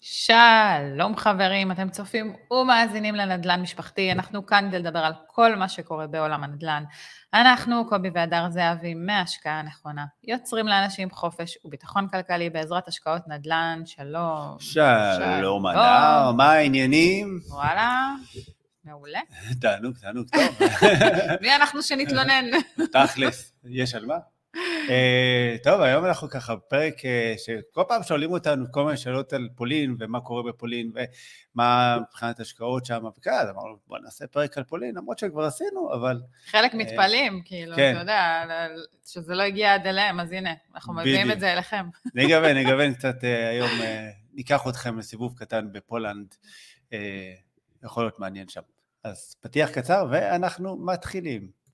שלום חברים, אתם צופים ומאזינים לנדל"ן משפחתי, אנחנו כאן כדי לדבר על כל מה שקורה בעולם הנדל"ן. אנחנו, קובי והדר זהבי, מהשקעה נכונה, יוצרים לאנשים חופש וביטחון כלכלי בעזרת השקעות נדל"ן. שלום. שלום הדר, מה העניינים? וואלה, מעולה. תענוג, טוב. מי אנחנו שנתלונן? תכלס, יש על מה? טוב, היום אנחנו ככה בפרק שכל פעם שואלים אותנו כל מיני שאלות על פולין ומה קורה בפולין ומה מבחינת השקעות שם וכאלה, אז אמרנו בוא נעשה פרק על פולין, למרות שכבר עשינו, אבל... חלק מתפעלים, כאילו, אתה יודע, שזה לא הגיע עד אליהם, אז הנה, אנחנו מביאים את זה אליכם. נגוון קצת היום, ניקח אתכם לסיבוב קטן בפולנד, יכול להיות מעניין שם. אז פתיח קצר ואנחנו מתחילים.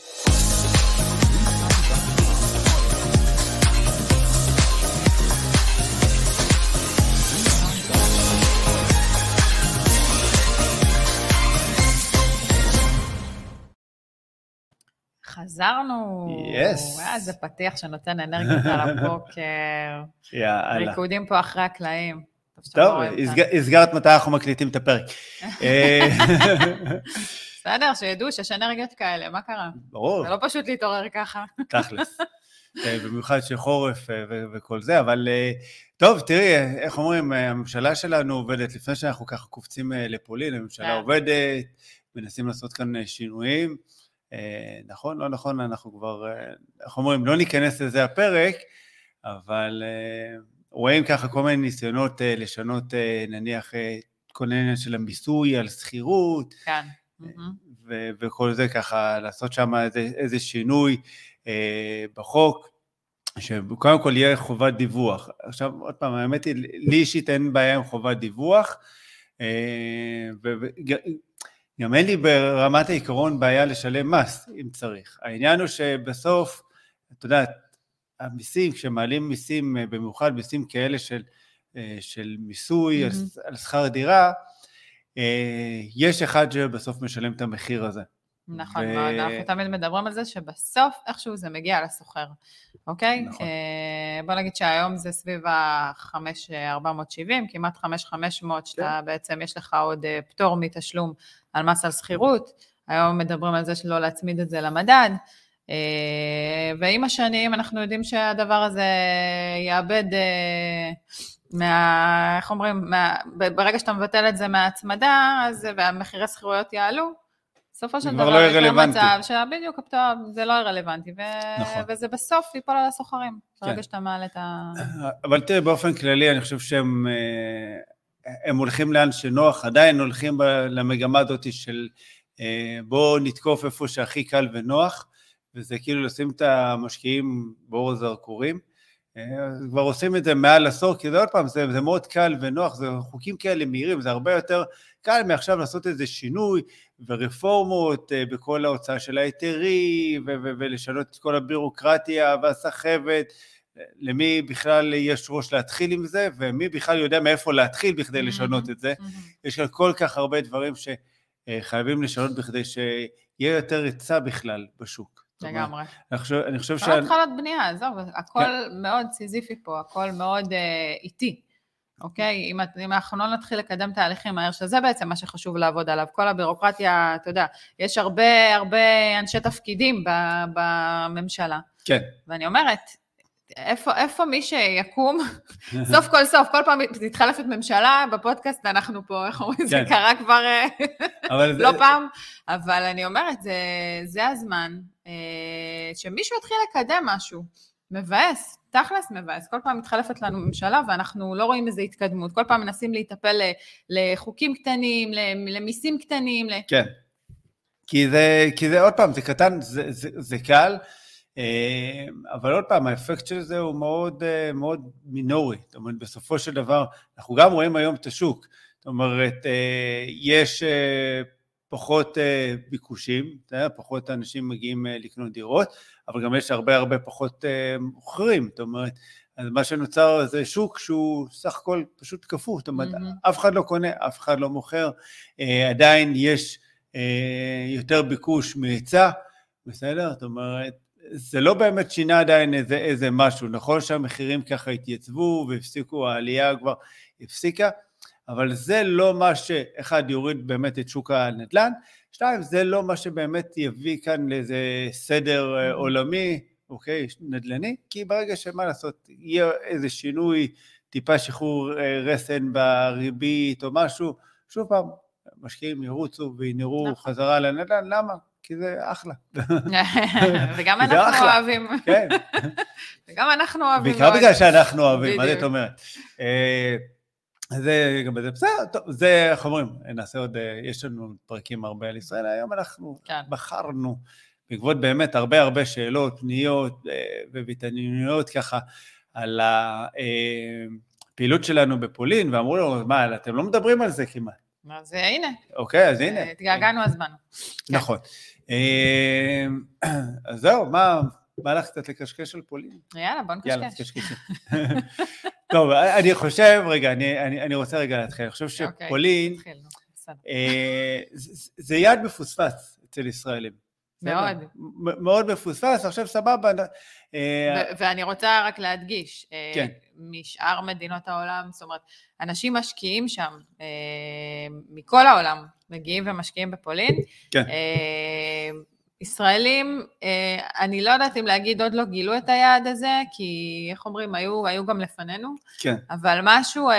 חזרנו, Yes. זה פתיח שנותן אנרגיות על הבוקר, ריקודים פה אחרי הקלעים. טוב, הסגרת מתי אנחנו מקליטים את הפרק. בסדר, שידעו שיש אנרגיות כאלה, מה קרה? ברור. זה לא פשוט להתעורר ככה. תכלס, במיוחד שחורף וכל זה, אבל טוב, תראי, איך אומרים, הממשלה שלנו עובדת, לפני שאנחנו ככה קופצים לפולין, הממשלה עובדת, מנסים לעשות כאן שינויים, נכון, לא נכון, אנחנו כבר, איך אומרים, לא ניכנס לזה הפרק, אבל רואים ככה כל מיני ניסיונות לשנות, נניח, כל העניין של המיסוי על שכירות, כן. וכל זה ככה, לעשות שם איזה שינוי בחוק, שקודם כל יהיה חובת דיווח. עכשיו, עוד פעם, האמת היא, לי אישית אין בעיה עם חובת דיווח, גם אין לי ברמת העיקרון בעיה לשלם מס, אם צריך. העניין הוא שבסוף, אתה יודע, המיסים, כשמעלים מיסים, במיוחד מיסים כאלה של מיסוי על שכר דירה, יש אחד שבסוף משלם את המחיר הזה. נכון, אנחנו תמיד מדברים על זה שבסוף איכשהו זה מגיע לסוחר, אוקיי? נכון. בוא נגיד שהיום זה סביב ה-5,470, כמעט 5,500, שאתה בעצם יש לך עוד פטור מתשלום על מס על שכירות, היום מדברים על זה שלא להצמיד את זה למדד, ועם השנים אנחנו יודעים שהדבר הזה יאבד איך אומרים, ברגע שאתה מבטל את זה מההצמדה, אז המחירי שכירויות יעלו, בסופו של דבר יש מצב שבדיוק הפטור זה לא רלוונטי, וזה בסוף ייפול על הסוחרים, ברגע שאתה מעלה את ה... אבל תראה, באופן כללי אני חושב שהם הולכים לאן שנוח, עדיין הולכים למגמה הזאת של בואו נתקוף איפה שהכי קל ונוח, וזה כאילו לשים את המשקיעים באור הזרקורים, כבר עושים את זה מעל עשור, כי זה עוד פעם, זה מאוד קל ונוח, זה חוקים כאלה מהירים, זה הרבה יותר קל מעכשיו לעשות איזה שינוי ורפורמות בכל ההוצאה של ההיתרים, ולשנות את כל הבירוקרטיה והסחבת, למי בכלל יש ראש להתחיל עם זה, ומי בכלל יודע מאיפה להתחיל בכדי לשנות את זה. יש כאן כל כך הרבה דברים שחייבים לשנות בכדי שיהיה יותר היצע בכלל בשוק. לגמרי. אני חושב כל התחלת בנייה, זהו, הכל מאוד סיזיפי פה, הכל מאוד איטי, אוקיי? אם אנחנו לא נתחיל לקדם תהליכים מהר, שזה בעצם מה שחשוב לעבוד עליו, כל הבירוקרטיה, אתה יודע, יש הרבה אנשי תפקידים בממשלה. כן. ואני אומרת, איפה מי שיקום, סוף כל סוף, כל פעם תתחלפת ממשלה, בפודקאסט אנחנו פה, איך אומרים, זה קרה כבר לא פעם, אבל אני אומרת, זה הזמן, שמישהו יתחיל לקדם משהו, מבאס, תכלס מבאס, כל פעם מתחלפת לנו ממשלה, ואנחנו לא רואים איזו התקדמות, כל פעם מנסים להיטפל לחוקים קטנים, למיסים קטנים. כן, כי זה עוד פעם, זה קטן, זה קל, אבל עוד פעם, האפקט של זה הוא מאוד, מאוד מינורי, זאת אומרת, בסופו של דבר, אנחנו גם רואים היום את השוק, זאת אומרת, יש פחות ביקושים, פחות אנשים מגיעים לקנות דירות, אבל גם יש הרבה פחות מוכרים, זאת אומרת, אז מה שנוצר זה שוק שהוא סך הכל פשוט כפוף, זאת אומרת, אף אחד לא קונה, אף אחד לא מוכר, עדיין יש יותר ביקוש מהיצע, בסדר? זאת אומרת, זה לא באמת שינה עדיין איזה משהו, נכון שהמחירים ככה התייצבו והפסיקו, העלייה כבר הפסיקה, אבל זה לא מה שאחד יוריד באמת את שוק הנדל"ן, שתיים, זה לא מה שבאמת יביא כאן לאיזה סדר עולמי, אוקיי, נדל"ני, כי ברגע שמה לעשות, יהיה איזה שינוי, טיפה שחרור רסן בריבית או משהו, שוב פעם, משקיעים ירוצו וינרו חזרה לנדל"ן, למה? כי זה אחלה. וגם אנחנו אוהבים. כן. וגם אנחנו אוהבים. בעיקר בגלל שאנחנו אוהבים, מה זאת אומרת? זה גם בזה, בסדר, טוב, זה, איך אומרים, נעשה עוד, יש לנו פרקים הרבה על ישראל, היום אנחנו בחרנו, בעקבות באמת הרבה שאלות, פניות והתעניינויות ככה, על הפעילות שלנו בפולין, ואמרו לו, מה, אתם לא מדברים על זה כמעט. אז הנה. אוקיי, אז הנה. התגעגענו אז באנו. נכון. אז זהו, מה לך קצת לקשקש על פולין? יאללה, בוא נקשקש. יאללה, קשקש. טוב, אני חושב, רגע, אני רוצה רגע להתחיל, אני חושב שפולין, זה יעד מפוספס אצל ישראלים. מאוד. מאוד מפוספס, עכשיו סבבה. ואני רוצה רק להדגיש, משאר מדינות העולם, זאת אומרת, אנשים משקיעים שם, מכל העולם, מגיעים ומשקיעים בפולין. כן. ישראלים, אני לא יודעת אם להגיד, עוד לא גילו את היעד הזה, כי איך אומרים, היו גם לפנינו, כן. אבל משהו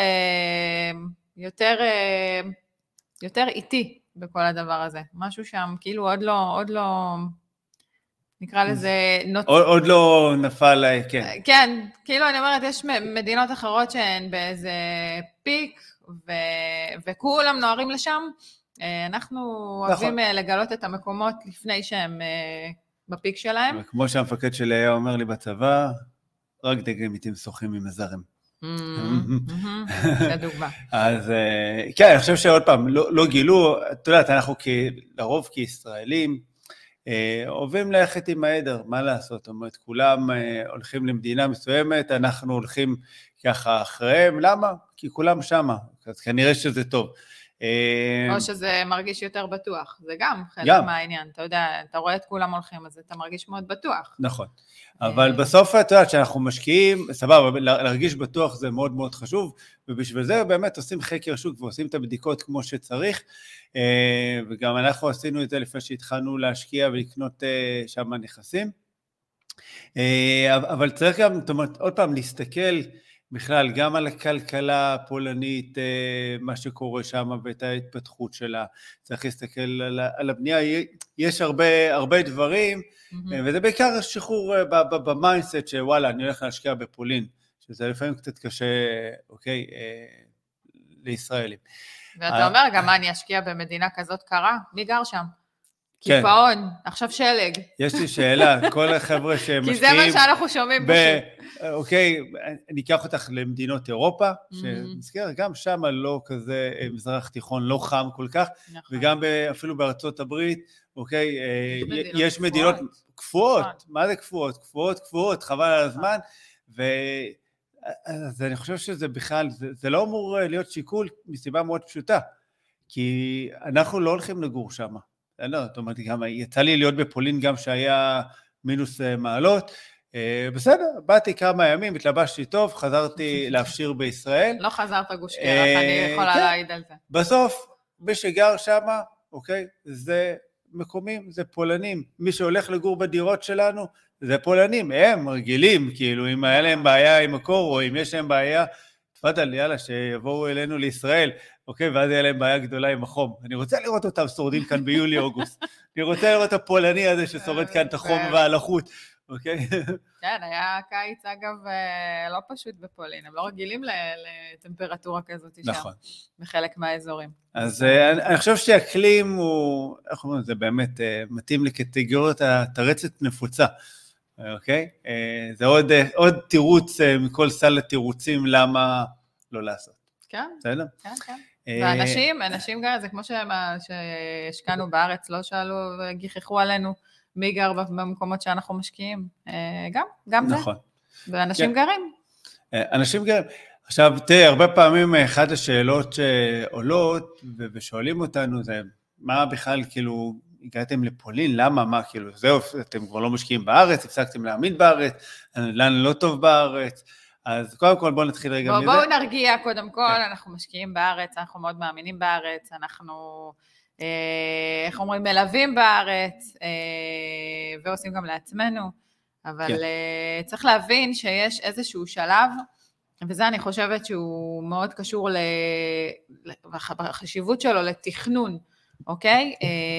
יותר איטי בכל הדבר הזה. משהו שם, כאילו עוד לא נקרא לזה... עוד לא נפל, כן. כן, כאילו אני אומרת, יש מדינות אחרות שהן באיזה פיק, וכולם נוערים לשם, אנחנו אוהבים לגלות את המקומות לפני שהם בפיק שלהם. כמו שהמפקד שלי היה אומר לי בצבא, רק דגים איתים שוחים עם הזרים. זה דוגמה. אז כן, אני חושב שעוד פעם, לא גילו, אתה יודעת, אנחנו לרוב כישראלים, אוהבים ללכת עם העדר, מה לעשות? זאת אומרת, כולם הולכים למדינה מסוימת, אנחנו הולכים ככה אחריהם, למה? כי כולם שמה, אז כנראה שזה טוב. או שזה מרגיש יותר בטוח, זה גם חלק מהעניין, אתה יודע, אתה רואה את כולם הולכים, אז אתה מרגיש מאוד בטוח. נכון, אבל בסוף אתה יודעת שאנחנו משקיעים, סבבה, להרגיש בטוח זה מאוד מאוד חשוב, ובשביל זה באמת עושים חקר שוק ועושים את הבדיקות כמו שצריך, וגם אנחנו עשינו את זה לפני שהתחלנו להשקיע ולקנות שם נכסים, אבל צריך גם, זאת אומרת, עוד פעם להסתכל, בכלל, גם על הכלכלה הפולנית, מה שקורה שם ואת ההתפתחות שלה, צריך להסתכל על הבנייה, יש הרבה דברים, וזה בעיקר שחרור במיינדסט שוואלה, אני הולך להשקיע בפולין, שזה לפעמים קצת קשה, אוקיי, לישראלים. ואתה אומר, גם מה, אני אשקיע במדינה כזאת קרה? מי גר שם? קיפאון, עכשיו שלג. יש לי שאלה, כל החבר'ה שמשקיעים... כי זה מה שאנחנו שומעים פשוט. אוקיי, אני אקח אותך למדינות אירופה, שנזכר, גם שם לא כזה מזרח תיכון, לא חם כל כך, וגם אפילו בארצות הברית, אוקיי, יש מדינות קפואות, מה זה קפואות? קפואות, חבל על הזמן, אז אני חושב שזה בכלל, זה לא אמור להיות שיקול מסיבה מאוד פשוטה, כי אנחנו לא הולכים לגור שם. לא, זאת אומרת, גם יצא לי להיות בפולין גם שהיה מינוס מעלות, בסדר, באתי כמה ימים, התלבשתי טוב, חזרתי להפשיר בישראל. לא חזרת גוש קרח, אני יכולה להעיד על זה. בסוף, מי שגר שם, אוקיי, זה מקומים, זה פולנים, מי שהולך לגור בדירות שלנו, זה פולנים, הם רגילים, כאילו, אם היה להם בעיה עם מקור, או אם יש להם בעיה, תפדל, יאללה, שיבואו אלינו לישראל, אוקיי, ואז היה להם בעיה גדולה עם החום. אני רוצה לראות אותם שורדים כאן ביולי-אוגוסט. אני רוצה לראות את הפולני הזה ששורד כאן את החום והלחות, אוקיי? כן, היה קיץ, אגב, לא פשוט בפולין. הם לא רגילים לטמפרטורה כזאת שם. נכון. בחלק מהאזורים. אז אני חושב שהאקלים הוא, איך אומרים, זה באמת מתאים לקטגוריות התרצת נפוצה. אוקיי? זה עוד תירוץ מכל סל התירוצים למה לא לעשות. כן. בסדר? כן, כן. ואנשים גר, זה כמו שהשקענו בארץ, לא שאלו וגיחכו עלינו מי גר במקומות שאנחנו משקיעים. גם זה. נכון. ואנשים גרים. אנשים גרים. עכשיו, תראה, הרבה פעמים אחת השאלות שעולות ושואלים אותנו זה, מה בכלל, כאילו, הגעתם לפולין, למה, מה, כאילו, זהו, אתם כבר לא משקיעים בארץ, הפסקתם להאמין בארץ, הנדל"ן לא טוב בארץ, אז קודם כל בואו נתחיל רגע מזה. בואו נרגיע קודם כל, אנחנו משקיעים בארץ, אנחנו מאוד מאמינים בארץ, אנחנו, איך אומרים, מלווים בארץ, ועושים גם לעצמנו, אבל צריך להבין שיש איזשהו שלב, וזה אני חושבת שהוא מאוד קשור בחשיבות שלו לתכנון, אוקיי?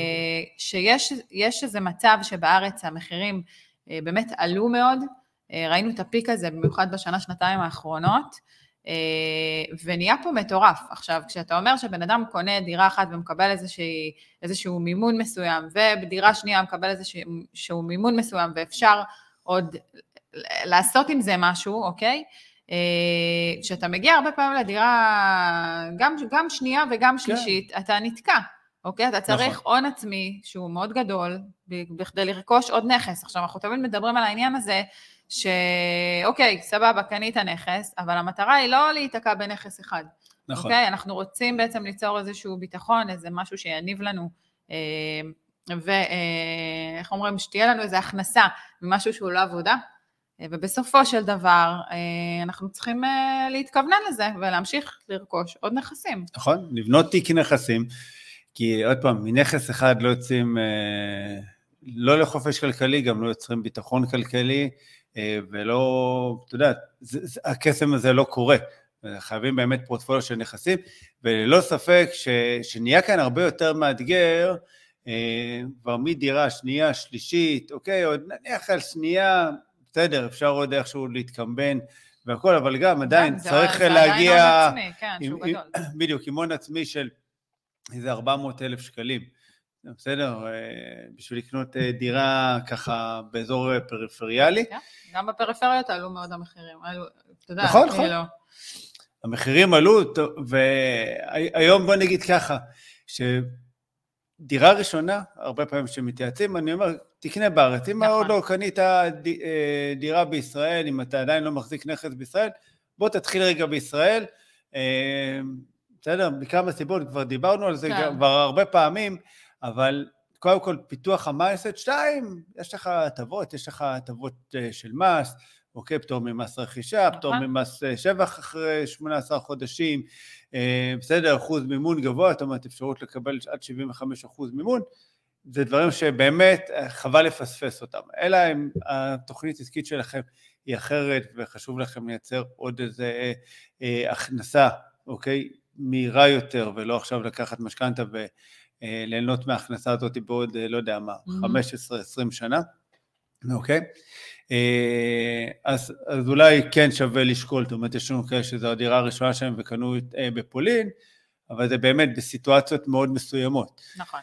שיש איזה מצב שבארץ המחירים באמת עלו מאוד, ראינו את הפיק הזה במיוחד בשנה-שנתיים האחרונות, ונהיה פה מטורף. עכשיו, כשאתה אומר שבן אדם קונה דירה אחת ומקבל איזשהו מימון מסוים, ובדירה שנייה מקבל איזשהו מימון מסוים, ואפשר עוד לעשות עם זה משהו, אוקיי? כשאתה מגיע הרבה פעמים לדירה, גם שנייה וגם שלישית, אתה נתקע, אוקיי? אתה צריך הון עצמי שהוא מאוד גדול, בכדי לרכוש עוד נכס. עכשיו, אנחנו תמיד מדברים על העניין הזה, שאוקיי, סבבה, קנית נכס, אבל המטרה היא לא להיתקע בנכס אחד. נכון. אוקיי? אנחנו רוצים בעצם ליצור איזשהו ביטחון, איזה משהו שיניב לנו, ואיך אומרים, שתהיה לנו איזו הכנסה ממשהו שהוא לא עבודה, ובסופו של דבר אנחנו צריכים להתכוונן לזה ולהמשיך לרכוש עוד נכסים. נכון, לבנות תיק נכסים, כי עוד פעם, מנכס אחד לא יוצאים, לא לחופש כלכלי, גם לא יוצרים ביטחון כלכלי, ולא, אתה יודע, הקסם הזה לא קורה, חייבים באמת פורטפוליו של נכסים, וללא ספק שנהיה כאן הרבה יותר מאתגר, כבר מדירה שנייה, שלישית, אוקיי, עוד נניח על שנייה, בסדר, אפשר עוד איכשהו להתקמבן והכל, אבל גם עדיין צריך להגיע, זה עדיין הון עצמי, כן, שהוא גדול. בדיוק, עם הון עצמי של איזה 400,000 שקלים, בסדר, בשביל לקנות דירה ככה באזור פריפריאלי. גם בפריפריות עלו מאוד המחירים, נכון, נכון. המחירים עלו, והיום בוא נגיד ככה, דירה ראשונה, הרבה פעמים שמתייעצים, אני אומר, תקנה בארץ, אם עוד לא קנית דירה בישראל, אם אתה עדיין לא מחזיק נכס בישראל, בוא תתחיל רגע בישראל, בסדר, מכמה סיבות, כבר דיברנו על זה כבר הרבה פעמים, אבל קודם כל פיתוח המייסט, 2, יש לך הטבות, יש לך הטבות של מס, אוקיי, פטור ממס רכישה, פטור ממס שבח אחרי 18 חודשים, בסדר, אחוז מימון גבוה, זאת אומרת, אפשרות לקבל עד 75% מימון, זה דברים שבאמת חבל לפספס אותם, אלא אם התוכנית עסקית שלכם היא אחרת, וחשוב לכם לייצר עוד איזה הכנסה, אוקיי, מהירה יותר, ולא עכשיו לקחת משכנתא וליהנות מההכנסה הזאת בעוד, לא יודע מה, 15-20 שנה, אוקיי? אז אולי כן שווה לשקול, זאת אומרת, יש לנו כאלה שזו הדירה הראשונה שלהם וקנו בפולין, אבל זה באמת בסיטואציות מאוד מסוימות. נכון.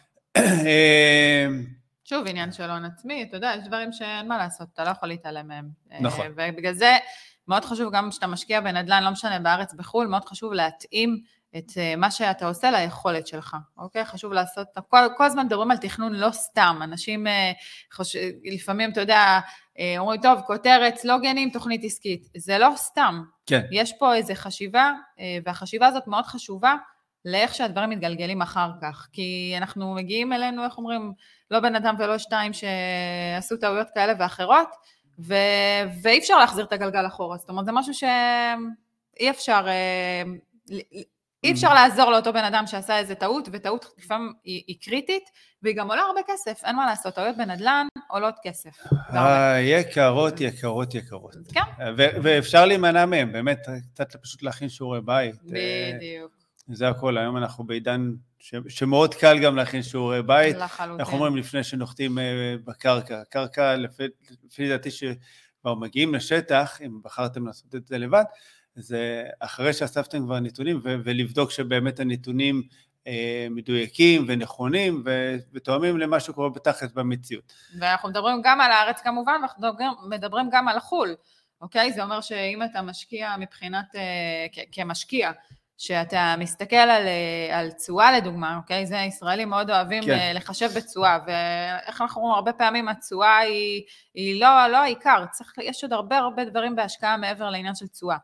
שוב, עניין של הון עצמי, אתה יודע, יש דברים שאין מה לעשות, אתה לא יכול להתעלם מהם. נכון. ובגלל זה מאוד חשוב גם שאתה משקיע בנדל"ן, לא משנה בארץ בחול, מאוד חשוב להתאים את מה שאתה עושה ליכולת שלך, אוקיי? חשוב לעשות, כל הזמן מדברים על תכנון לא סתם, אנשים לפעמים, אתה יודע, אומרים, טוב, כותרת, סלוגנים, תוכנית עסקית, זה לא סתם. כן. יש פה איזו חשיבה, והחשיבה הזאת מאוד חשובה, לאיך שהדברים מתגלגלים אחר כך, כי אנחנו מגיעים אלינו, איך אומרים, לא בן אדם ולא שתיים שעשו טעויות כאלה ואחרות, ואי אפשר להחזיר את הגלגל אחורה, זאת אומרת, זה משהו שאי אפשר, אי אפשר לעזור לאותו בן אדם שעשה איזה טעות, וטעות לפעמים היא קריטית, והיא גם עולה הרבה כסף, אין מה לעשות, טעויות בנדל"ן עולות כסף. יקרות, יקרות, יקרות. כן. ואפשר להימנע מהם, באמת, קצת פשוט להכין שיעורי בית. בדיוק. זה הכל, היום אנחנו בעידן שמאוד קל גם להכין שיעורי בית. לחלוטין. אנחנו אומרים לפני שנוחתים בקרקע. הקרקע, לפי דעתי שכבר מגיעים לשטח, אם בחרתם לעשות את זה לבד, זה אחרי שאספתם כבר נתונים, ולבדוק שבאמת הנתונים מדויקים ונכונים, ותואמים למה שקורה בתכלס במציאות. ואנחנו מדברים גם על הארץ כמובן, ואנחנו מדברים גם על החול, אוקיי? זה אומר שאם אתה משקיע מבחינת, כמשקיע, שאתה מסתכל על צועה לדוגמה, אוקיי? זה ישראלים מאוד אוהבים לחשב בצועה, ואיך אנחנו אומרים, הרבה פעמים הצועה היא לא העיקר, יש עוד הרבה דברים בהשקעה מעבר לעניין של צועה.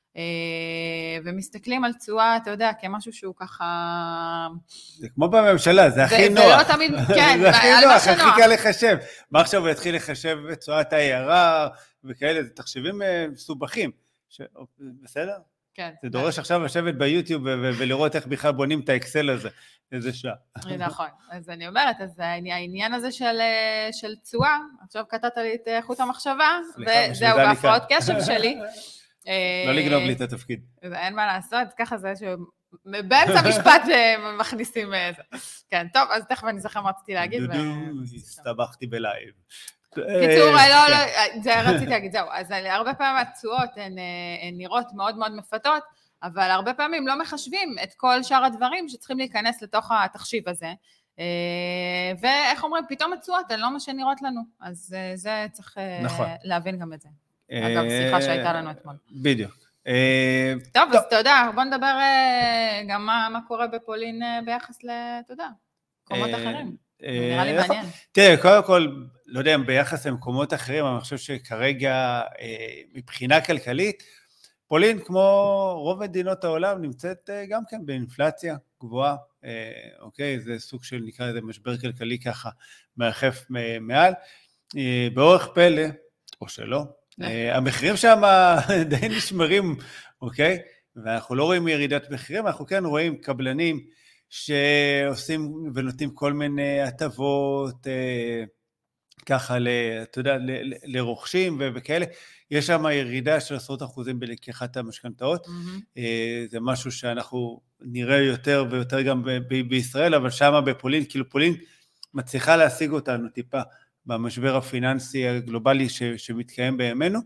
ומסתכלים על תשואה, אתה יודע, כמשהו שהוא ככה... זה כמו בממשלה, זה הכי נוח. זה לא תמיד, כן, זה הכי נוח, הכי קל לחשב. מה עכשיו הוא יתחיל לחשב תשואת IRR וכאלה, זה תחשבים מסובכים. בסדר? כן. זה דורש עכשיו לשבת ביוטיוב ולראות איך בכלל בונים את האקסל הזה, איזה שעה. נכון, אז אני אומרת, אז העניין הזה של תשואה, עכשיו קטעת לי את חוט המחשבה, וזהו, בהפרעות קשב שלי. לא לגנוב לי את התפקיד. אין מה לעשות, ככה זה שבאמצע משפט מכניסים את זה. כן, טוב, אז תכף אני זוכר מה רציתי להגיד. הסתבכתי בלייב. קיצור, זה רציתי להגיד, זהו, אז הרבה פעמים התשואות הן נראות מאוד מאוד מפתות, אבל הרבה פעמים לא מחשבים את כל שאר הדברים שצריכים להיכנס לתוך התחשיב הזה, ואיך אומרים, פתאום התשואות הן לא מה שנראות לנו, אז זה צריך להבין גם את זה. אגב, שיחה שהייתה לנו אתמול. בדיוק. טוב, אז אתה יודע, בוא נדבר גם מה קורה בפולין ביחס אתה יודע, מקומות אחרים. נראה לי מעניין. תראה, קודם כל, לא יודע אם ביחס למקומות אחרים, אבל אני חושב שכרגע, מבחינה כלכלית, פולין, כמו רוב מדינות העולם, נמצאת גם כן באינפלציה גבוהה, אוקיי? זה סוג של, נקרא לזה, משבר כלכלי ככה, מרחף מעל. באורך פלא, או שלא, המחירים שם די נשמרים, אוקיי? ואנחנו לא רואים ירידת מחירים, אנחנו כן רואים קבלנים שעושים ונותנים כל מיני הטבות, ככה, אתה יודע, לרוכשים וכאלה. יש שם ירידה של 10% בלקיחת המשכנתאות. זה משהו שאנחנו נראה יותר ויותר גם בישראל, אבל שם בפולין, כאילו פולין מצליחה להשיג אותנו טיפה במשבר הפיננסי הגלובלי שמתקיים בימינו.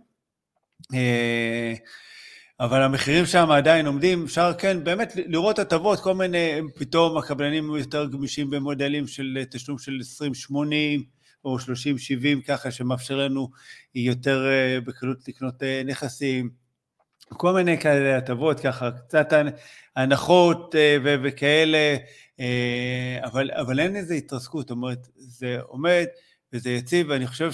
אבל המחירים שם עדיין עומדים, אפשר כן באמת לראות הטבות, כל מיני, פתאום הקבלנים יותר גמישים במודלים של תשלום של 20-80 או 30-70 ככה, שמאפשר לנו יותר בקלות לקנות נכסים, כל מיני כאלה הטבות ככה, קצת הנחות וכאלה, אבל אין איזו התרסקות, זאת אומרת, זה עומד וזה יציב, ואני חושב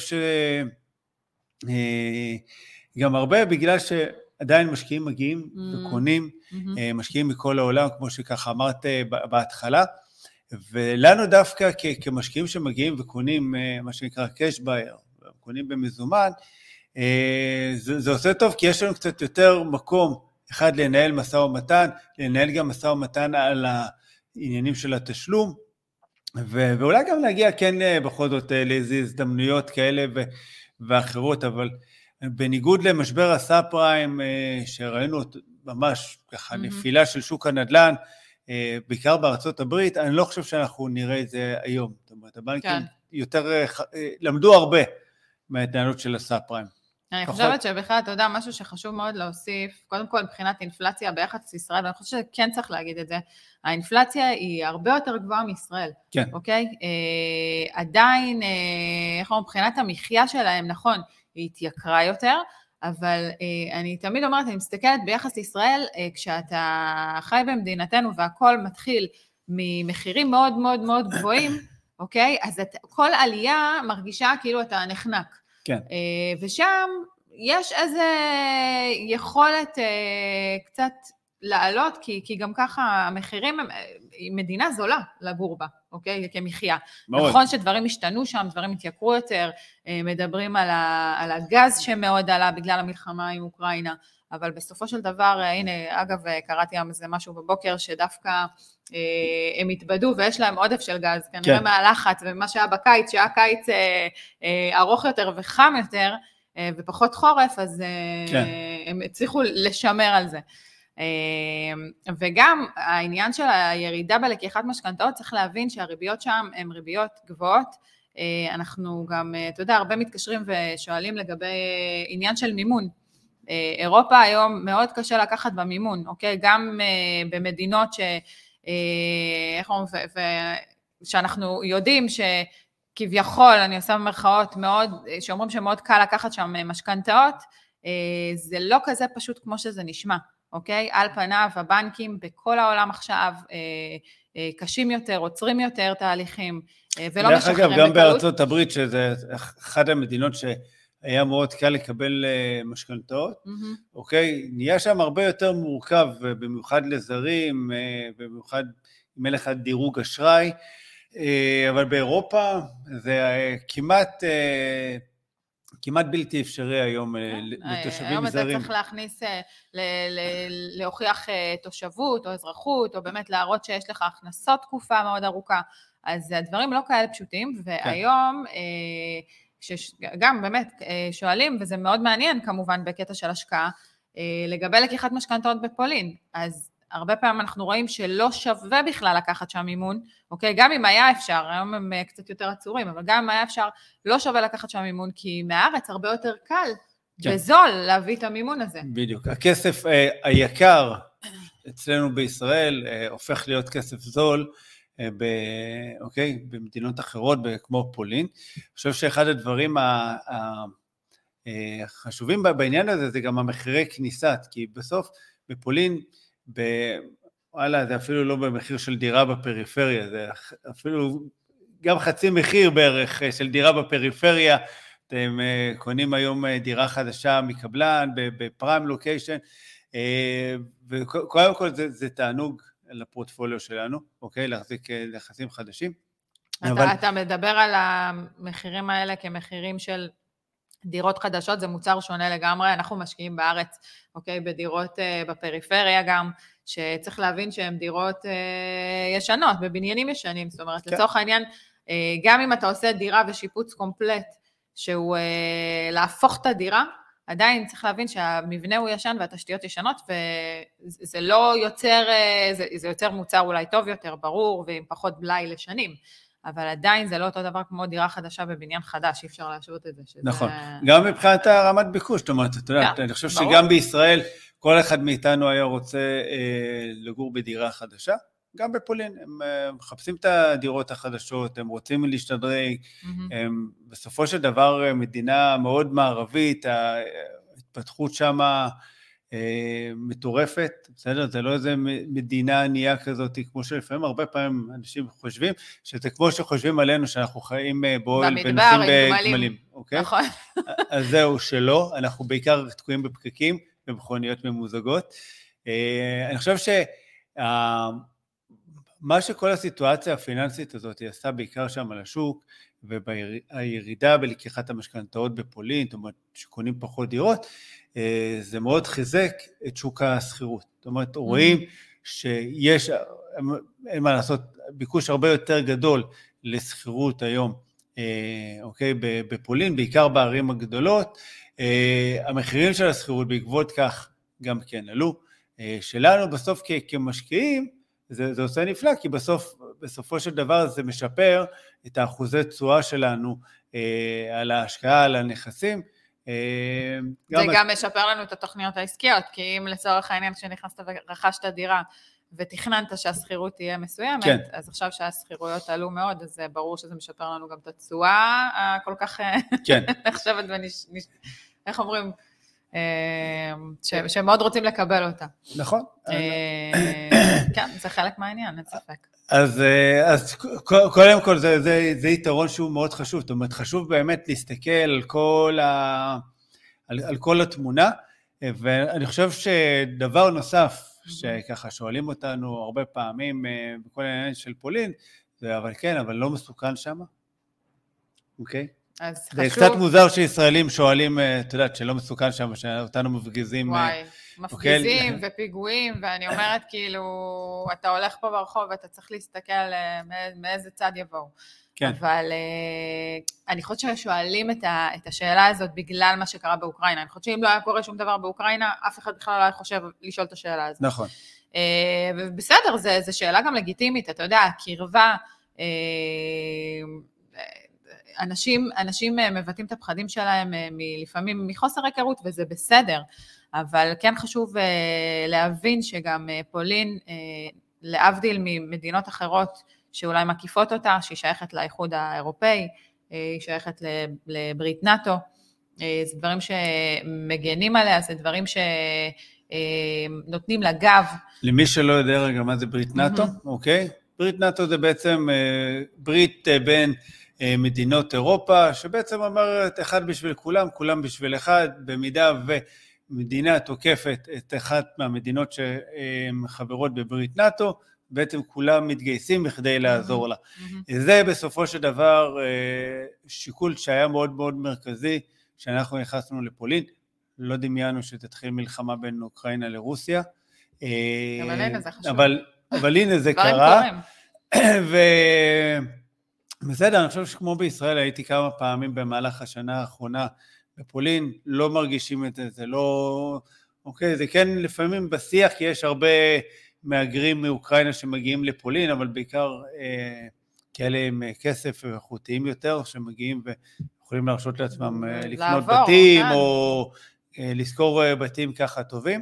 שגם הרבה בגלל עדיין משקיעים מגיעים וקונים, משקיעים מכל העולם, כמו שככה אמרת בהתחלה, ולנו דווקא כמשקיעים שמגיעים וקונים, מה שנקרא cash buyer, קונים במזומן, זה עושה טוב, כי יש לנו קצת יותר מקום, אחד לנהל משא ומתן, לנהל גם משא ומתן על העניינים של התשלום, ואולי גם להגיע כן בכל זאת לאיזו הזדמנויות כאלה ואחרות, אבל בניגוד למשבר הסאב פריים, שראינו ממש ככה נפילה של שוק הנדל"ן, בעיקר בארצות הברית, אני לא חושב שאנחנו נראה את זה היום. זאת אומרת, הבנקים יותר למדו הרבה מההתנהלות של הסאב פריים. אני חושבת שבכלל, אתה יודע, משהו שחשוב מאוד להוסיף, קודם כל מבחינת אינפלציה ביחס לישראל, ואני חושבת שכן צריך להגיד את זה, האינפלציה היא הרבה יותר גבוהה מישראל, כן. אוקיי? עדיין, איך אומרים, מבחינת המחיה שלהם, נכון, היא התייקרה יותר, אבל אני תמיד אומרת, אני מסתכלת ביחס לישראל, כשאתה חי במדינתנו והכל מתחיל ממחירים מאוד מאוד מאוד גבוהים, אוקיי? אז כל עלייה מרגישה כאילו אתה נחנק. כן. ושם יש איזו יכולת קצת לעלות, כי גם ככה המחירים, היא מדינה זולה לגור בה, אוקיי? כמחיה. מאוד. נכון שדברים השתנו שם, דברים התייקרו יותר, מדברים על הגז שמאוד עלה בגלל המלחמה עם אוקראינה, אבל בסופו של דבר, הנה, אגב, קראתי היום איזה משהו בבוקר, שדווקא הם התבדו ויש להם עודף של גז, כנראה מהלחץ, ומה שהיה בקיץ, שהיה קיץ ארוך יותר וחם יותר, ופחות חורף, אז הם הצליחו לשמר על זה. וגם העניין של הירידה בלקיחת משכנתאות, צריך להבין שהריביות שם הן ריביות גבוהות, אנחנו גם, אתה יודע, הרבה מתקשרים ושואלים לגבי עניין של מימון, אירופה היום מאוד קשה לקחת במימון, אוקיי? גם במדינות איך אומרים, שאנחנו יודעים שכביכול, אני עושה במרכאות מאוד, שאומרים שמאוד קל לקחת שם משכנתאות, זה לא כזה פשוט כמו שזה נשמע, אוקיי? על פניו, הבנקים בכל העולם עכשיו קשים יותר, עוצרים יותר תהליכים, ולא משחררים בקלות. אגב, גם בארצות הברית, שזה אחד המדינות היה מאוד קל לקבל משכנתאות, אוקיי? נהיה שם הרבה יותר מורכב, במיוחד לזרים, במיוחד אם אין לך דירוג אשראי, אבל באירופה זה כמעט בלתי אפשרי היום לתושבים זרים. היום אתה צריך להכניס, להוכיח תושבות או אזרחות, או באמת להראות שיש לך הכנסות תקופה מאוד ארוכה, אז הדברים לא כאלה פשוטים, והיום גם באמת שואלים, וזה מאוד מעניין כמובן בקטע של השקעה, לגבי לקיחת משכנתאות בפולין, אז הרבה פעמים אנחנו רואים שלא שווה בכלל לקחת שם מימון, אוקיי? גם אם היה אפשר, היום הם קצת יותר עצורים, אבל גם אם היה אפשר, לא שווה לקחת שם מימון, כי מהארץ הרבה יותר קל וזול להביא את המימון הזה. בדיוק. הכסף היקר אצלנו בישראל הופך להיות כסף זול, אוקיי? במדינות אחרות כמו פולין. אני חושב שאחד הדברים החשובים בעניין הזה זה גם המחירי כניסה, כי בסוף בפולין, וואלה, זה אפילו לא במחיר של דירה בפריפריה, זה אפילו גם חצי מחיר בערך של דירה בפריפריה, אתם קונים היום דירה חדשה מקבלן, בפריים לוקיישן, וקודם כל זה תענוג לפורטפוליו שלנו, אוקיי, להחזיק נכסים חדשים. אתה מדבר על המחירים האלה כמחירים של דירות חדשות, זה מוצר שונה לגמרי, אנחנו משקיעים בארץ, אוקיי, בדירות בפריפריה גם, שצריך להבין שהן דירות ישנות, בבניינים ישנים, זאת אומרת, לצורך העניין, גם אם אתה עושה דירה ושיפוץ קומפלט, שהוא להפוך את הדירה, עדיין צריך להבין שהמבנה הוא ישן והתשתיות ישנות, וזה לא יוצר, זה יוצר מוצר אולי טוב יותר, ברור, ועם פחות בלאי לשנים, אבל עדיין זה לא אותו דבר כמו דירה חדשה בבניין חדש, אי אפשר להשוות את זה. נכון, גם מבחינת הרמת ביקוש, זאת אומרת, אתה יודע, אני חושב שגם בישראל, כל אחד מאיתנו היה רוצה לגור בדירה חדשה, גם בפולין, הם מחפשים את הדירות החדשות, הם רוצים להשתדרג, הם בסופו של דבר מדינה מאוד מערבית, ההתפתחות שם מטורפת, בסדר? זה לא איזה מדינה ענייה כזאת, כמו שלפעמים הרבה פעמים אנשים חושבים, שזה כמו שחושבים עלינו שאנחנו חיים באוהל ונוסעים בגמלים, אוקיי? נכון. אז זהו שלא, אנחנו בעיקר תקועים בפקקים, במכוניות ממוזגות. אני חושב מה שכל הסיטואציה הפיננסית הזאת עשתה בעיקר שם על השוק, והירידה בלקיחת המשכנתאות בפולין, זאת אומרת שקונים פחות דירות, זה מאוד חיזק את שוק הסחירות. זאת אומרת, רואים שיש, אין מה לעשות, ביקוש הרבה יותר גדול לסחירות היום, אוקיי, בפולין, בעיקר בערים הגדולות, המחירים של הסחירות בעקבות כך גם כן עלו. שלנו בסוף כמשקיעים, זה עושה נפלא, כי בסופו של דבר זה משפר את האחוזי תשואה שלנו על ההשקעה, על הנכסים. זה גם משפר לנו את התוכניות העסקיות, כי אם לצורך העניין כשנכנסת ורכשת דירה, ותכננת שהסחירות תהיה מסוימת, כן. אז עכשיו שהסחירויות עלו מאוד, אז ברור שזה משפר לנו גם את התשואה, כל כך כן. נחשבת איך אומרים, שהם מאוד רוצים לקבל אותה. נכון. כן, זה חלק מהעניין, אין ספק. אז קודם כל זה יתרון שהוא מאוד חשוב, זאת אומרת חשוב באמת להסתכל על כל התמונה, ואני חושב שדבר נוסף, שככה שואלים אותנו הרבה פעמים בכל העניין של פולין, אבל כן, אבל לא מסוכן שם, אוקיי? זה קצת מוזר שישראלים שואלים, אתה יודעת, שלא מסוכן שם, שאותנו מפגיזים. וואי, מפגיזים ופיגועים, ואני אומרת כאילו, אתה הולך פה ברחוב ואתה צריך להסתכל מאיזה צד יבואו. אבל אני חושבת ששואלים את השאלה הזאת בגלל מה שקרה באוקראינה. אני חושבת שאם לא היה קורה שום דבר באוקראינה, אף אחד בכלל לא היה חושב לשאול את השאלה הזאת. נכון. ובסדר, זו שאלה גם לגיטימית, אתה יודע, קרבה, אנשים מבטאים את הפחדים שלהם לפעמים מחוסר היכרות, וזה בסדר, אבל כן חשוב להבין שגם פולין, להבדיל ממדינות אחרות שאולי מקיפות אותה, שהיא שייכת לאיחוד האירופאי, היא שייכת לברית נאטו, זה דברים שמגנים עליה, זה דברים שנותנים לה גב. למי שלא יודע רגע מה זה ברית נאטו, אוקיי? ברית נאטו זה בעצם ברית בין מדינות אירופה, שבעצם אומרת אחד בשביל כולם, כולם בשביל אחד, במידה ומדינה תוקפת את אחת מהמדינות שחברות בברית נאטו, בעצם כולם מתגייסים בכדי לעזור לה. זה בסופו של דבר שיקול שהיה מאוד מאוד מרכזי, כשאנחנו נכנסנו לפולין, לא דמיינו שתתחיל מלחמה בין אוקראינה לרוסיה. אבל הנה זה חשוב. אבל הנה זה קרה. בסדר, אני חושב שכמו בישראל הייתי כמה פעמים במהלך השנה האחרונה בפולין, לא מרגישים את זה, זה לא... אוקיי, זה כן לפעמים בשיח, כי יש הרבה מהגרים מאוקראינה שמגיעים לפולין, אבל בעיקר כאלה עם כסף איכותיים יותר, שמגיעים ויכולים להרשות לעצמם לקנות בתים, או לזכור בתים ככה טובים.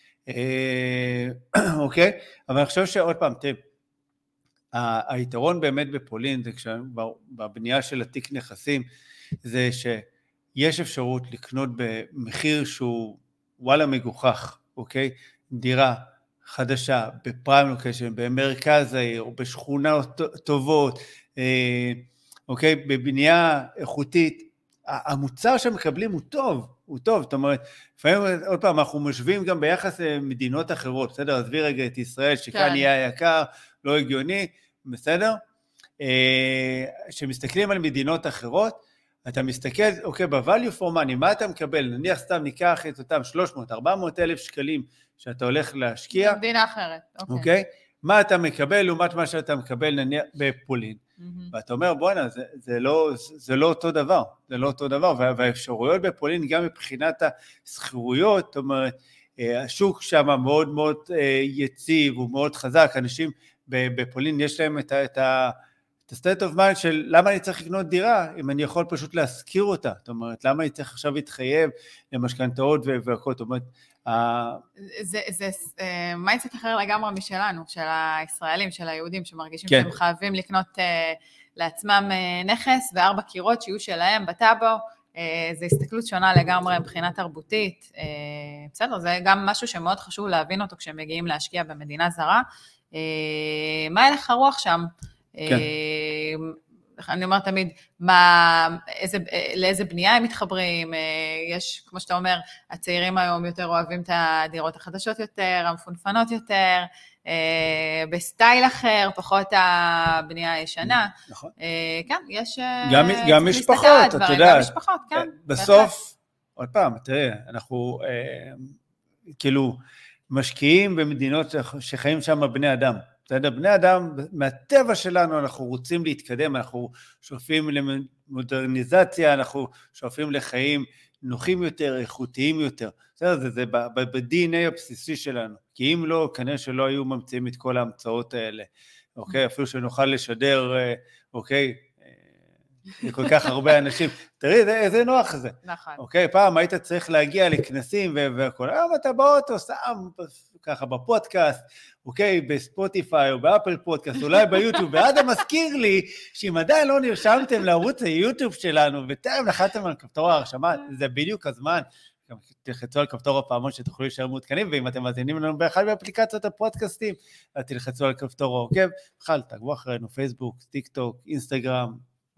אוקיי, אבל אני חושב שעוד פעם, תראי, היתרון באמת בפולין, זה כשבבנייה של התיק נכסים, זה שיש אפשרות לקנות במחיר שהוא וואלה מגוחך, אוקיי? דירה חדשה, בפריים לוקיישן, במרכז העיר, או בשכונות טובות, אוקיי? בבנייה איכותית, המוצר שמקבלים הוא טוב, הוא טוב, זאת אומרת, לפעמים עוד פעם, אנחנו משווים גם ביחס למדינות אחרות, בסדר? עזבי רגע את ישראל, שכאן יהיה יקר, לא הגיוני, בסדר? שמסתכלים על מדינות אחרות, אתה מסתכל, אוקיי, ב-value for money, מה אתה מקבל? נניח סתם ניקח את אותם 300-400 אלף שקלים שאתה הולך להשקיע. במדינה אחרת, אוקיי? מה אתה מקבל לעומת מה שאתה מקבל נניח בפולין. ואתה אומר, בוא'נה, זה לא אותו דבר, זה לא אותו דבר, והאפשרויות בפולין, גם מבחינת הסחירויות, זאת אומרת, השוק שם מאוד מאוד יציב, הוא מאוד חזק, אנשים בפולין יש להם את ה-state of mind של למה אני צריך לקנות דירה, אם אני יכול פשוט להשכיר אותה, זאת אומרת, למה אני צריך עכשיו להתחייב למשכנתאות והכל, זאת אומרת, זה מיינסט אחר לגמרי משלנו, של הישראלים, של היהודים, שמרגישים שהם חייבים לקנות לעצמם נכס, ו4 קירות שיהיו שלהם בטאבו, זה הסתכלות שונה לגמרי מבחינה תרבותית, בסדר, זה גם משהו שמאוד חשוב להבין אותו כשהם מגיעים להשקיע במדינה זרה, מה הלך הרוח שם? אני אומרת תמיד, לאיזה בנייה הם מתחברים, יש, כמו שאתה אומר, הצעירים היום יותר אוהבים את הדירות החדשות יותר, המפונפנות יותר, בסטייל אחר, פחות הבנייה הישנה. נכון. כן, יש... גם משפחות, אתה יודע. גם משפחות, כן. בסוף, עוד פעם, תראה, אנחנו כאילו משקיעים במדינות שחיים שם בני אדם. בסדר, בני אדם, מהטבע שלנו אנחנו רוצים להתקדם, אנחנו שואפים למודרניזציה, אנחנו שואפים לחיים נוחים יותר, איכותיים יותר. בסדר, זה ב-DNA הבסיסי שלנו, כי אם לא, כנראה שלא היו ממציאים את כל ההמצאות האלה, אוקיי? אפילו שנוכל לשדר, אוקיי? לכל כך הרבה אנשים. תראי, איזה נוח זה. נכון. אוקיי, פעם היית צריך להגיע לכנסים והכל, היום אתה באוטו, שם ככה בפודקאסט, אוקיי, בספוטיפיי או באפל פודקאסט, אולי ביוטיוב, ואדם מזכיר לי שאם עדיין לא נרשמתם לערוץ היוטיוב שלנו, וטרם לחצתם על כפתור ההרשמה, זה בדיוק הזמן, גם תלחצו על כפתור הפעמון שתוכלו להישאר מעודכנים, ואם אתם מאזינים לנו באחד באפליקציות הפודקאסטים, אז תלחצו על כפתור העוקב, בכלל, תעקבו אחרינו, פייסבוק, טיק טוק, אינסטגרם,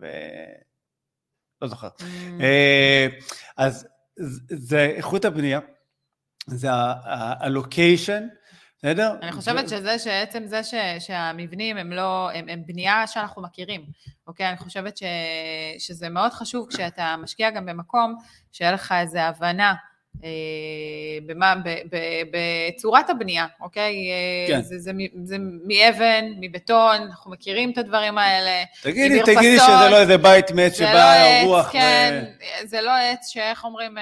לא זוכר. אז זה איכות הבנייה, זה הלוקיישן, בסדר? אני חושבת שעצם זה שהמבנים הם בנייה שאנחנו מכירים, אוקיי? אני חושבת שזה מאוד חשוב כשאתה משקיע גם במקום, שיהיה לך איזו הבנה בצורת הבנייה, אוקיי? זה מאבן, מבטון, אנחנו מכירים את הדברים האלה. תגידי שזה לא איזה בית מעץ שבא הרוח. כן, זה לא עץ שאיך אומרים...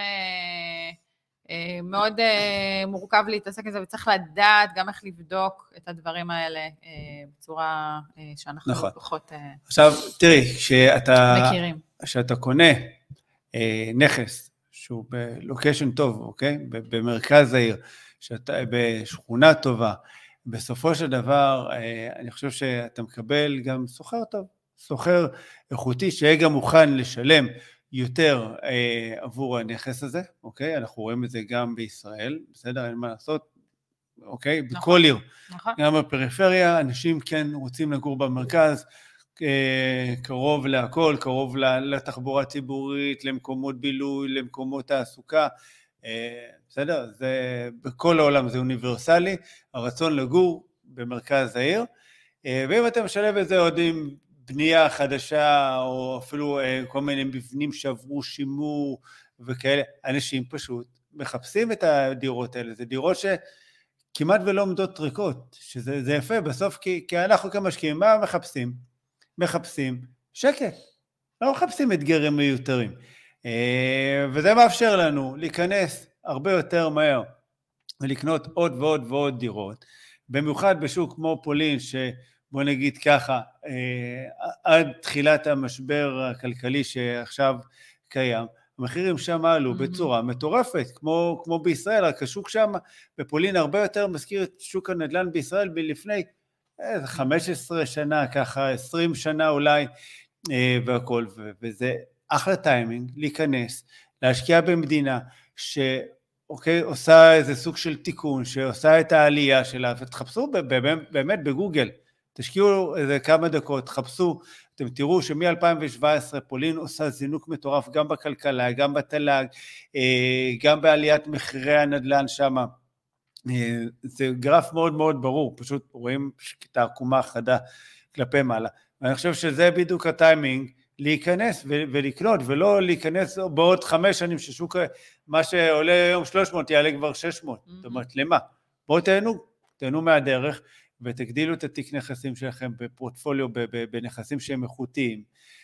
מאוד מורכב להתעסק עם זה, וצריך לדעת גם איך לבדוק את הדברים האלה בצורה שאנחנו פחות עכשיו, תראי, מכירים. כשאתה קונה נכס שהוא בלוקיישן טוב, אוקיי? במרכז העיר, בשכונה טובה, בסופו של דבר, אני חושב שאתה מקבל גם סוחר טוב, סוחר איכותי, שיהיה גם מוכן לשלם יותר עבור הנכס הזה, אוקיי? אנחנו רואים את זה גם בישראל, בסדר? אין מה לעשות, אוקיי? בכל עיר. גם בפריפריה, אנשים כן רוצים לגור במרכז, קרוב להכל, קרוב לתחבורה ציבורית, למקומות בילוי, למקומות תעסוקה, בסדר? זה בכל העולם זה אוניברסלי, הרצון לגור במרכז העיר, ואם אתה משלב את זה עוד עם בנייה חדשה, או אפילו כל מיני מבנים שעברו שימור וכאלה, אנשים פשוט מחפשים את הדירות האלה, זה דירות שכמעט ולא עומדות ריקות, שזה יפה בסוף, כי אנחנו כמשקיעים, מה מחפשים? מחפשים שקט, לא מחפשים אתגרים מיותרים, וזה מאפשר לנו להיכנס הרבה יותר מהר, ולקנות עוד ועוד ועוד דירות, במיוחד בשוק כמו פולין, שבוא נגיד ככה, עד תחילת המשבר הכלכלי שעכשיו קיים, המחירים שם עלו בצורה מטורפת, כמו בישראל, רק השוק שם בפולין הרבה יותר מזכיר את שוק הנדל"ן בישראל לפני 15 שנה, ככה 20 שנה אולי, והכל, וזה אחלה טיימינג להיכנס, להשקיע במדינה אוקיי, עושה איזה סוג של תיקון, שעושה את העלייה שלה, ותחפשו באמת בגוגל, תשקיעו איזה כמה דקות, חפשו, אתם תראו שמ-2017 פולין עושה זינוק מטורף, גם בכלכלה, גם בתל"ג, גם בעליית מחירי הנדל"ן שם, זה גרף מאוד מאוד ברור, פשוט רואים את העקומה החדה כלפי מעלה, ואני חושב שזה בדיוק הטיימינג, להיכנס ולקנות, ולא להיכנס בעוד 5 שנים ששוק, מה שעולה היום 300 יעלה כבר 600, זאת אומרת, למה? בואו תהנו מהדרך, ותגדילו את התיק נכסים שלכם בפורטפוליו, בנכסים שהם איכותיים,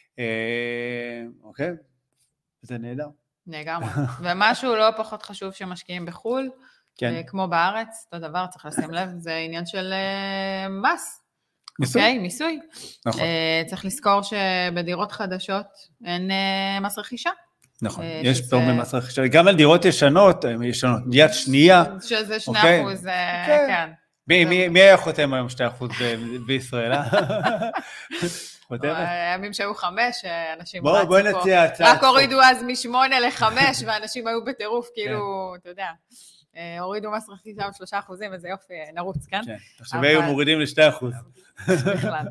אוקיי? זה נהדר. לגמרי, ומשהו לא פחות חשוב שמשקיעים בחול, כן. כמו בארץ, אותו דבר, צריך לשים לב, זה עניין של מס, מיסוי? אוקיי, מיסוי. נכון. צריך לזכור שבדירות חדשות אין מס רכישה. נכון, יש פטור ממס רכישה, גם על דירות ישנות, יד שנייה. שזה 2%, כן. מי היה חותם היום 2% בישראל, חותמת? הימים שהיו 5, אנשים בואי נציע הצעת. רק הורידו אז מ8 ל5, ואנשים היו בטירוף, כאילו, אתה יודע. הורידו מס רכישה עוד 3%, וזה יופי, נרוץ, כן? כן, עכשיו היו מורידים ל2%. בכלל.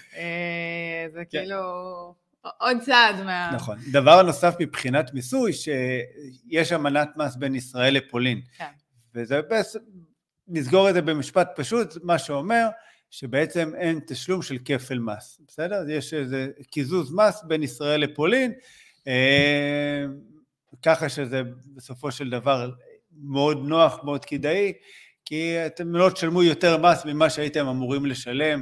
זה כאילו עוד צעד מה... נכון. דבר נוסף מבחינת מיסוי, שיש אמנת מס בין ישראל לפולין. כן. וזה נסגור את זה במשפט פשוט, מה שאומר שבעצם אין תשלום של כפל מס. בסדר? יש איזה קיזוז מס בין ישראל לפולין, ככה שזה בסופו של דבר... מאוד נוח, מאוד כדאי, כי אתם לא תשלמו יותר מס ממה שהייתם אמורים לשלם,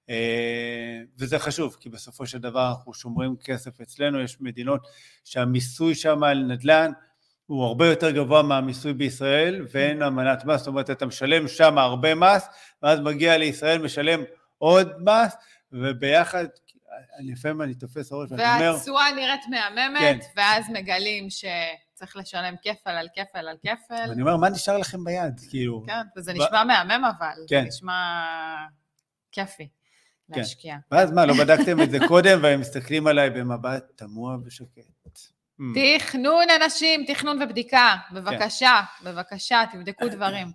וזה חשוב, כי בסופו של דבר אנחנו שומרים כסף אצלנו, יש מדינות שהמיסוי שם על נדל"ן הוא הרבה יותר גבוה מהמיסוי בישראל, ואין אמנת מס, זאת אומרת, אתה משלם שם הרבה מס, ואז מגיע לישראל, משלם עוד מס, וביחד, לפעמים אני תופס הראש, ואני אומר... והתשואה נראית מהממת, כן. ואז מגלים צריך לשלם כפל על כפל על כפל. ואני אומר, מה נשאר לכם ביד? כאילו... כן, וזה נשמע מהמם אבל, כן. זה נשמע כיפי להשקיע. ואז מה, לא בדקתם את זה קודם, והם מסתכלים עליי במבט תמוה ושקט. תכנון אנשים, תכנון ובדיקה, בבקשה, בבקשה, תבדקו דברים.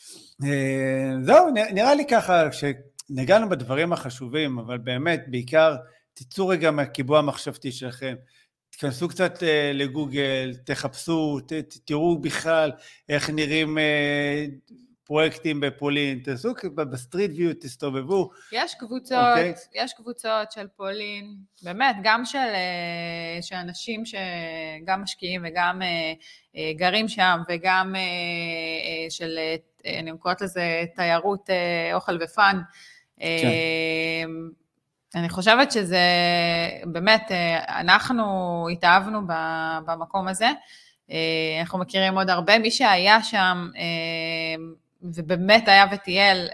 זהו, נראה לי ככה, שנגענו בדברים החשובים, אבל באמת, בעיקר, תצאו רגע מהקיבוע המחשבתי שלכם, תכנסו קצת לגוגל, תחפשו, תראו בכלל איך נראים פרויקטים בפולין, תעשו בסטריט ויו, תסתובבו. יש קבוצות של פולין, באמת, גם של אנשים שגם משקיעים וגם גרים שם, וגם של, אני קוראת לזה תיירות, אוכל ופן, כן. אני חושבת שזה, באמת, אנחנו התאהבנו במקום הזה, אנחנו מכירים עוד הרבה, מי שהיה שם, ובאמת היה וטייל,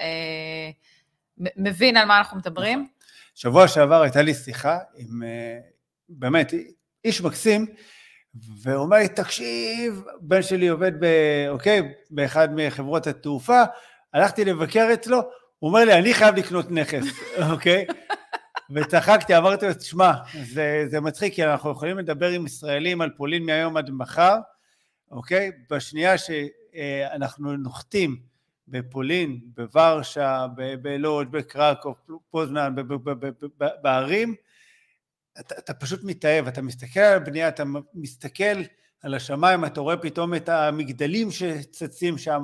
מבין על מה אנחנו מדברים. שבוע שעבר הייתה לי שיחה עם, באמת, איש מקסים, והוא אומר לי, תקשיב, בן שלי עובד באחד מחברות התעופה, הלכתי לבקר אצלו, הוא אומר לי, אני חייב לקנות נכס, אוקיי? וצחקתי, אמרתי לו, תשמע, זה מצחיק, כי אנחנו יכולים לדבר עם ישראלים על פולין מהיום עד מחר, אוקיי? בשנייה שאנחנו נוחתים בפולין, בוורשה, בלוד, בקרקוב, פוזנן, בערים, אתה פשוט מתאהב, אתה מסתכל על הבנייה, אתה מסתכל על השמיים, אתה רואה פתאום את המגדלים שצצים שם,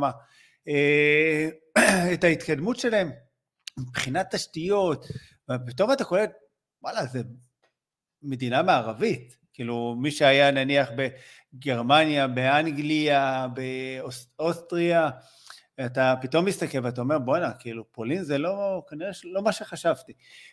את ההתקדמות שלהם, מבחינת תשתיות, ופתאום אתה קולט, וואלה, זה מדינה מערבית, כאילו מי שהיה נניח בגרמניה, באנגליה, באוסטריה, אתה פתאום מסתכל ואתה אומר, בוא'נה, כאילו פולין זה לא, כנראה לא מה שחשבתי,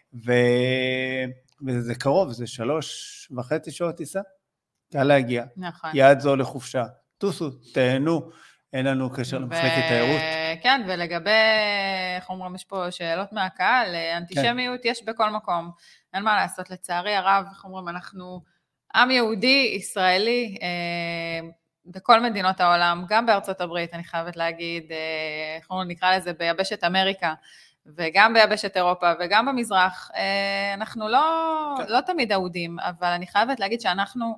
וזה קרוב, זה 3.5 שעות טיסה, קל להגיע, נכון. יעד זו לחופשה, טוסו, תהנו, אין לנו קשר למחלקת תיירות. כן, ולגבי, איך אומרים, יש פה שאלות מהקהל, אנטישמיות יש בכל מקום, אין מה לעשות, לצערי הרב, איך אומרים, אנחנו עם יהודי, ישראלי, בכל מדינות העולם, גם בארצות הברית, אני חייבת להגיד, איך אומרים, נקרא לזה ביבשת אמריקה, וגם ביבשת אירופה, וגם במזרח, אנחנו לא תמיד אהודים, אבל אני חייבת להגיד שאנחנו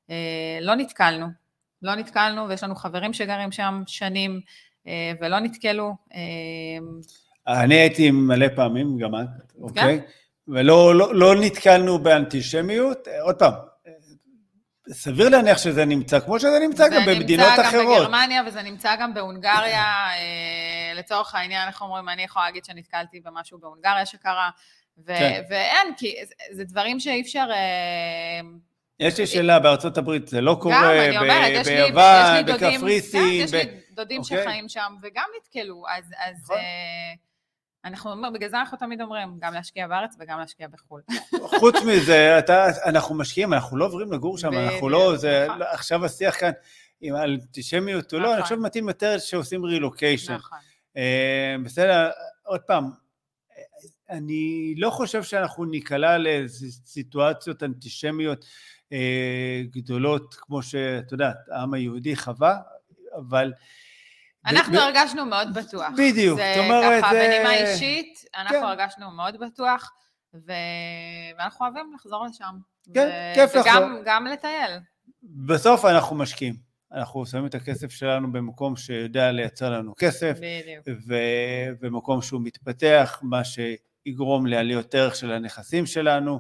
לא נתקלנו, ויש לנו חברים שגרים שם שנים, ולא נתקלו. אני הייתי מלא פעמים, גם את, אוקיי? ולא נתקלנו באנטישמיות, עוד פעם, סביר להניח שזה נמצא, כמו שזה נמצא גם במדינות אחרות. זה נמצא גם בגרמניה, וזה נמצא גם בהונגריה, לצורך העניין, איך אומרים, אני יכולה להגיד שנתקלתי במשהו בהונגריה שקרה, ואין, כי זה דברים שאי אפשר... יש לי שאלה, בארצות הברית זה לא קורה, ביוון, בקפריסין. יש לי דודים שחיים שם, וגם נתקלו, אז אנחנו, בגלל זה אנחנו תמיד אומרים, גם להשקיע בארץ וגם להשקיע בחו"ל. חוץ מזה, אנחנו משקיעים, אנחנו לא עוברים לגור שם, אנחנו לא, עכשיו השיח כאן, עם אנטישמיות או לא, אני חושב מתאים יותר שעושים רילוקיישן. בסדר, עוד פעם, אני לא חושב שאנחנו ניקלע לסיטואציות אנטישמיות גדולות, כמו שאתה יודע, העם היהודי חווה, אבל... אנחנו הרגשנו מאוד בטוח. בדיוק. זה ככה, בנימה אישית, אנחנו הרגשנו מאוד בטוח, ואנחנו אוהבים לחזור לשם. כן, כיף לחזור. וגם לטייל. בסוף אנחנו משקיעים. אנחנו שמים את הכסף שלנו במקום שיודע לייצר לנו כסף, ובמקום שהוא מתפתח, מה שיגרום לעליות ערך של הנכסים שלנו.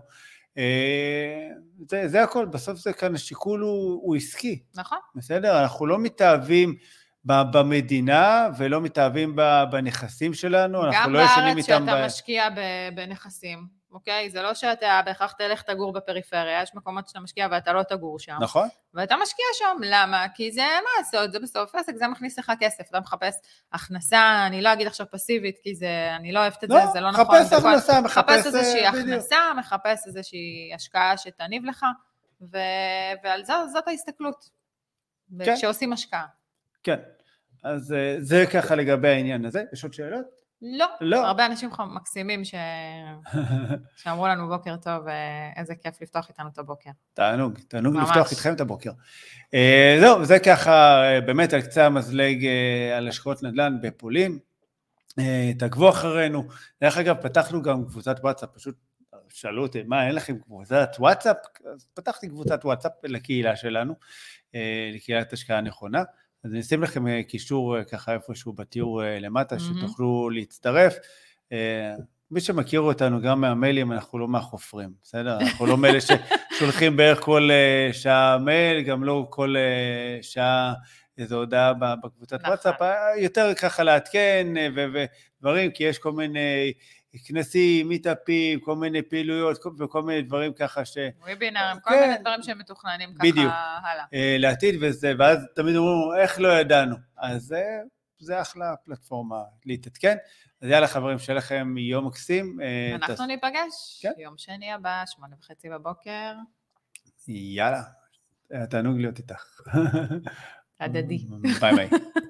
זה הכל, בסוף זה כאן, השיקול הוא עסקי. נכון. בסדר? אנחנו לא מתאהבים במדינה, ולא מתאהבים בנכסים שלנו, אנחנו לא ישנים איתם... גם בארץ שאתה משקיע בנכסים, אוקיי? זה לא שאתה בהכרח תלך תגור בפריפריה, יש מקומות שאתה משקיע ואתה לא תגור שם. נכון. ואתה משקיע שם, למה? כי זה מה לעשות, זה בסוף עסק, זה מכניס לך כסף, אתה מחפש הכנסה, אני לא אגיד עכשיו פסיבית, כי אני לא אוהבת את זה, זה לא נכון. מחפש הכנסה, מחפש איזושהי הכנסה, מחפש איזושהי השקעה שתניב לך, ועל זאת ההסתכלות, שעושים השקעה. כן, אז זה ככה לגבי העניין הזה. יש עוד שאלות? לא. הרבה אנשים מקסימים שאמרו לנו בוקר טוב, איזה כיף לפתוח איתנו את הבוקר. תענוג לפתוח איתכם את הבוקר. זהו, זה ככה באמת על קצה המזלג על השקעות נדל"ן בפולין. תעקבו אחרינו. דרך אגב, פתחנו גם קבוצת וואטסאפ, פשוט שאלו אותי, מה, אין לכם קבוצת וואטסאפ? אז פתחתי קבוצת וואטסאפ לקהילה שלנו, לקהילת השקעה נכונה. אז נשים לכם קישור ככה איפשהו בתיאור למטה, שתוכלו להצטרף. מי שמכיר אותנו גם מהמיילים, אנחנו לא מהחופרים, בסדר? אנחנו לא מאלה ששולחים בערך כל שעה מייל, גם לא כל שעה איזו הודעה בקבוצת וואטסאפ, יותר ככה לעדכן ודברים, כי יש כל מיני כנסים, מיטאפים, כל מיני פעילויות וכל מיני דברים ככה וובינרים, כל מיני דברים שהם מתוכננים ככה הלאה. לעתיד ואז תמיד אומרים, איך לא ידענו? אז זה אחלה פלטפורמה להתעדכן. אז יאללה חברים, שיהיה לכם יום מקסים. אנחנו ניפגש יום שני הבא, 8:30 בבוקר. יאללה, תענוג להיות איתך. הדדי. ביי ביי.